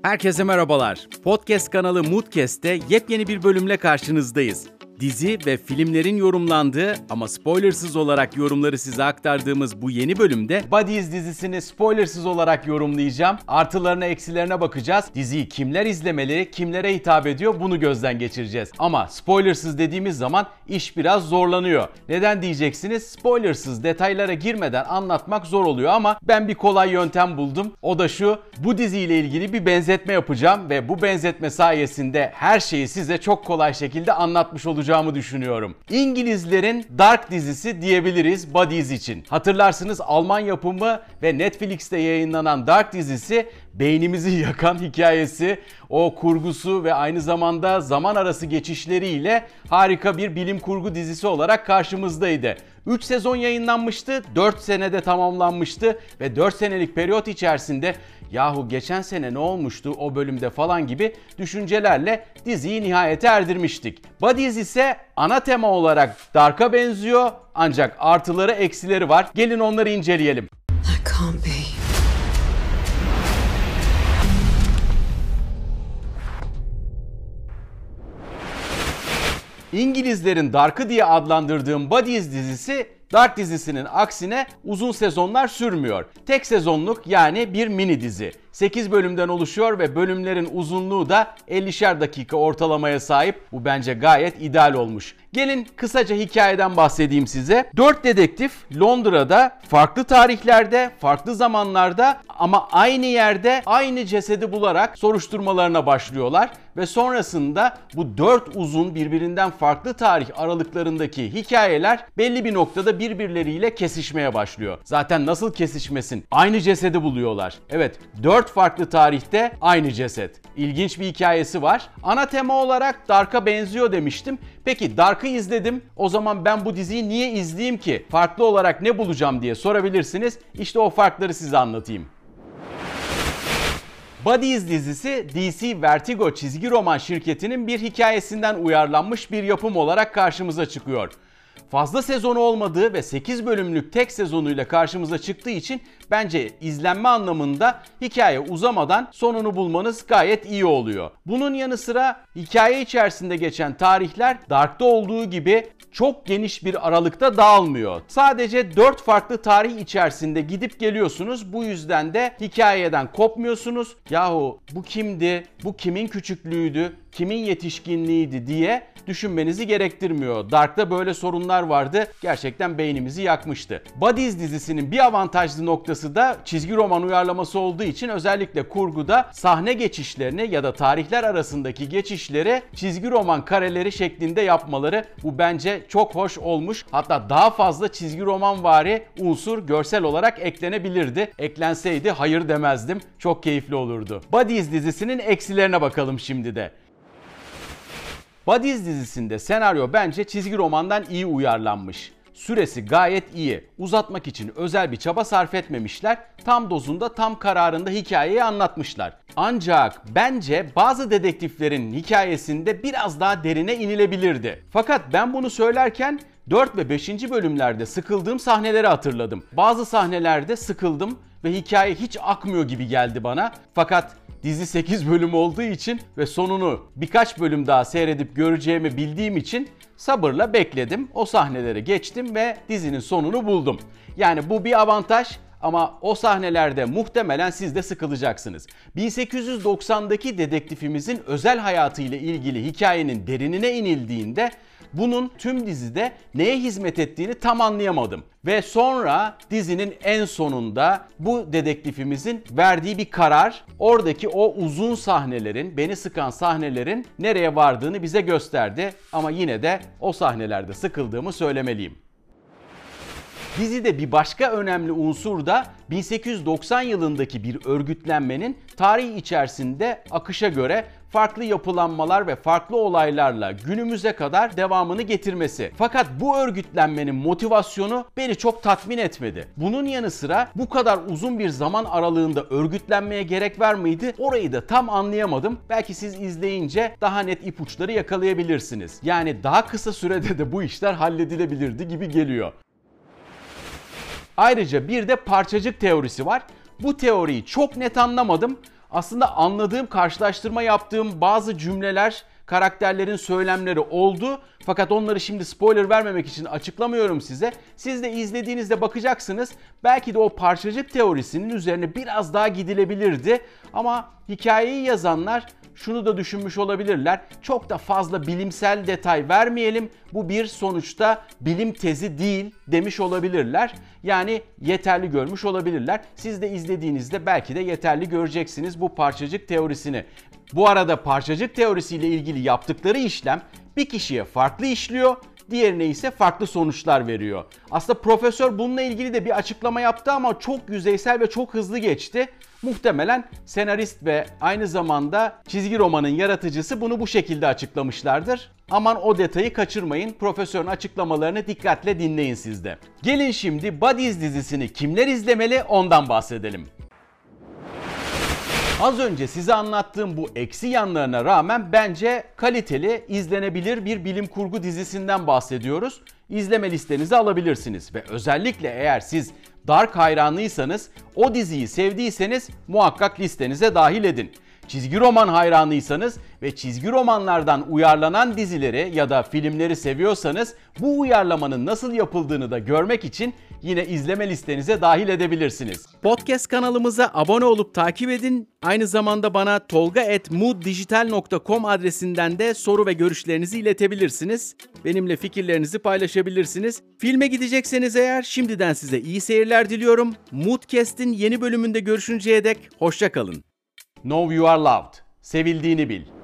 Herkese merhabalar. Podcast kanalı Moodcast'te yepyeni bir bölümle karşınızdayız. Dizi ve filmlerin yorumlandığı ama spoilersız olarak yorumları size aktardığımız bu yeni bölümde Buddies dizisini spoilersız olarak yorumlayacağım. Artılarına eksilerine bakacağız. Diziyi kimler izlemeli, kimlere hitap ediyor bunu gözden geçireceğiz. Ama spoilersız dediğimiz zaman iş biraz zorlanıyor. Neden diyeceksiniz? Spoilersız detaylara girmeden anlatmak zor oluyor ama ben bir kolay yöntem buldum. O da şu: bu diziyle ilgili bir benzetme yapacağım ve bu benzetme sayesinde her şeyi size çok kolay şekilde anlatmış olacağımı düşünüyorum. İngilizlerin Dark dizisi diyebiliriz Buddies için. Hatırlarsınız, Alman yapımı ve Netflix'te yayınlanan Dark dizisi beynimizi yakan hikayesi, o kurgusu ve aynı zamanda zaman arası geçişleriyle harika bir bilim kurgu dizisi olarak karşımızdaydı. 3 sezon yayınlanmıştı, 4 senede tamamlanmıştı ve 4 senelik periyot içerisinde yahu geçen sene ne olmuştu o bölümde falan gibi düşüncelerle diziyi nihayete erdirmiştik. Buddies ise ana tema olarak Dark'a benziyor ancak artıları eksileri var. Gelin onları inceleyelim. That can't be. İngilizlerin Dark'ı diye adlandırdığım Buddies dizisi Dark dizisinin aksine uzun sezonlar sürmüyor. Tek sezonluk, yani bir mini dizi. 8 bölümden oluşuyor ve bölümlerin uzunluğu da 50'şer dakika ortalamaya sahip. Bu bence gayet ideal olmuş. Gelin kısaca hikayeden bahsedeyim size. 4 dedektif Londra'da farklı tarihlerde, farklı zamanlarda ama aynı yerde aynı cesedi bularak soruşturmalarına başlıyorlar. Ve sonrasında bu 4 uzun birbirinden farklı tarih aralıklarındaki hikayeler belli bir noktada birbirleriyle kesişmeye başlıyor. Zaten nasıl kesişmesin? Aynı cesedi buluyorlar. Evet, 4 farklı tarihte aynı ceset. İlginç bir hikayesi var. Ana tema olarak Dark'a benziyor demiştim. Peki Dark'ı izledim. O zaman ben bu diziyi niye izleyeyim ki? Farklı olarak ne bulacağım diye sorabilirsiniz. İşte o farkları size anlatayım. Buddies dizisi DC Vertigo çizgi roman şirketinin bir hikayesinden uyarlanmış bir yapım olarak karşımıza çıkıyor. Fazla sezonu olmadığı ve 8 bölümlük tek sezonuyla karşımıza çıktığı için bence izlenme anlamında hikaye uzamadan sonunu bulmanız gayet iyi oluyor. Bunun yanı sıra hikaye içerisinde geçen tarihler Dark'ta olduğu gibi çok geniş bir aralıkta dağılmıyor. Sadece 4 farklı tarih içerisinde gidip geliyorsunuz. Bu yüzden de hikayeden kopmuyorsunuz. Yahu bu kimdi? Bu kimin küçüklüğüydü? Kimin yetişkinliğiydi diye düşünmenizi gerektirmiyor. Dark'ta böyle sorunlar vardı. Gerçekten beynimizi yakmıştı. Buddies dizisinin bir avantajlı noktası da çizgi roman uyarlaması olduğu için özellikle kurguda sahne geçişlerini ya da tarihler arasındaki geçişleri çizgi roman kareleri şeklinde yapmaları, bu bence çok hoş olmuş. Hatta daha fazla çizgi romanvari unsur görsel olarak eklenebilirdi. Eklenseydi hayır demezdim. Çok keyifli olurdu. Buddies dizisinin eksilerine bakalım şimdi de. Buddies dizisinde senaryo bence çizgi romandan iyi uyarlanmış. Süresi gayet iyi. Uzatmak için özel bir çaba sarf etmemişler. Tam dozunda, tam kararında hikayeyi anlatmışlar. Ancak bence bazı dedektiflerin hikayesinde biraz daha derine inilebilirdi. Fakat ben bunu söylerken 4 ve 5. bölümlerde sıkıldığım sahneleri hatırladım. Bazı sahnelerde sıkıldım ve hikaye hiç akmıyor gibi geldi bana. Fakat dizi 8 bölüm olduğu için ve sonunu birkaç bölüm daha seyredip göreceğimi bildiğim için sabırla bekledim. O sahneleri geçtim ve dizinin sonunu buldum. Yani bu bir avantaj ama o sahnelerde muhtemelen siz de sıkılacaksınız. 1890'daki dedektifimizin özel hayatıyla ilgili hikayenin derinine inildiğinde bunun tüm dizide neye hizmet ettiğini tam anlayamadım. Ve sonra dizinin en sonunda bu dedektifimizin verdiği bir karar oradaki o uzun sahnelerin, beni sıkan sahnelerin nereye vardığını bize gösterdi. Ama yine de o sahnelerde sıkıldığımı söylemeliyim. Dizide bir başka önemli unsur da 1890 yılındaki bir örgütlenmenin tarih içerisinde akışa göre farklı yapılanmalar ve farklı olaylarla günümüze kadar devamını getirmesi. Fakat bu örgütlenmenin motivasyonu beni çok tatmin etmedi. Bunun yanı sıra bu kadar uzun bir zaman aralığında örgütlenmeye gerek var mıydı? Orayı da tam anlayamadım. Belki siz izleyince daha net ipuçları yakalayabilirsiniz. Yani daha kısa sürede de bu işler halledilebilirdi gibi geliyor. Ayrıca bir de parçacık teorisi var. Bu teoriyi çok net anlamadım Aslında anladığım, karşılaştırma yaptığım bazı cümleler, karakterlerin söylemleri oldu. Fakat onları şimdi spoiler vermemek için açıklamıyorum size. Siz de izlediğinizde bakacaksınız. Belki de o parçacık teorisinin üzerine biraz daha gidilebilirdi. Ama hikayeyi yazanlar şunu da düşünmüş olabilirler. Çok da fazla bilimsel detay vermeyelim. Bu bir sonuçta bilim tezi değil demiş olabilirler. Yani yeterli görmüş olabilirler. Siz de izlediğinizde belki de yeterli göreceksiniz bu parçacık teorisini. Bu arada parçacık teorisiyle ilgili yaptıkları işlem bir kişiye farklı işliyor, diğerine ise farklı sonuçlar veriyor. Aslında profesör bununla ilgili de bir açıklama yaptı ama çok yüzeysel ve çok hızlı geçti. Muhtemelen senarist ve aynı zamanda çizgi romanın yaratıcısı bunu bu şekilde açıklamışlardır. Aman o detayı kaçırmayın. Profesörün açıklamalarını dikkatle dinleyin siz de. Gelin şimdi Buddies dizisini kimler izlemeli ondan bahsedelim. Az önce size anlattığım bu eksi yanlarına rağmen bence kaliteli, izlenebilir bir bilim kurgu dizisinden bahsediyoruz. İzleme listenize alabilirsiniz ve özellikle eğer siz Dark hayranıysanız, o diziyi sevdiyseniz muhakkak listenize dahil edin. Çizgi roman hayranıysanız ve çizgi romanlardan uyarlanan dizileri ya da filmleri seviyorsanız bu uyarlamanın nasıl yapıldığını da görmek için yine izleme listenize dahil edebilirsiniz. Podcast kanalımıza abone olup takip edin. Aynı zamanda bana tolga@mooddigital.com adresinden de soru ve görüşlerinizi iletebilirsiniz. Benimle fikirlerinizi paylaşabilirsiniz. Filme gidecekseniz eğer şimdiden size iyi seyirler diliyorum. Moodcast'in yeni bölümünde görüşünceye dek hoşça kalın. Know you are loved. Sevildiğini bil.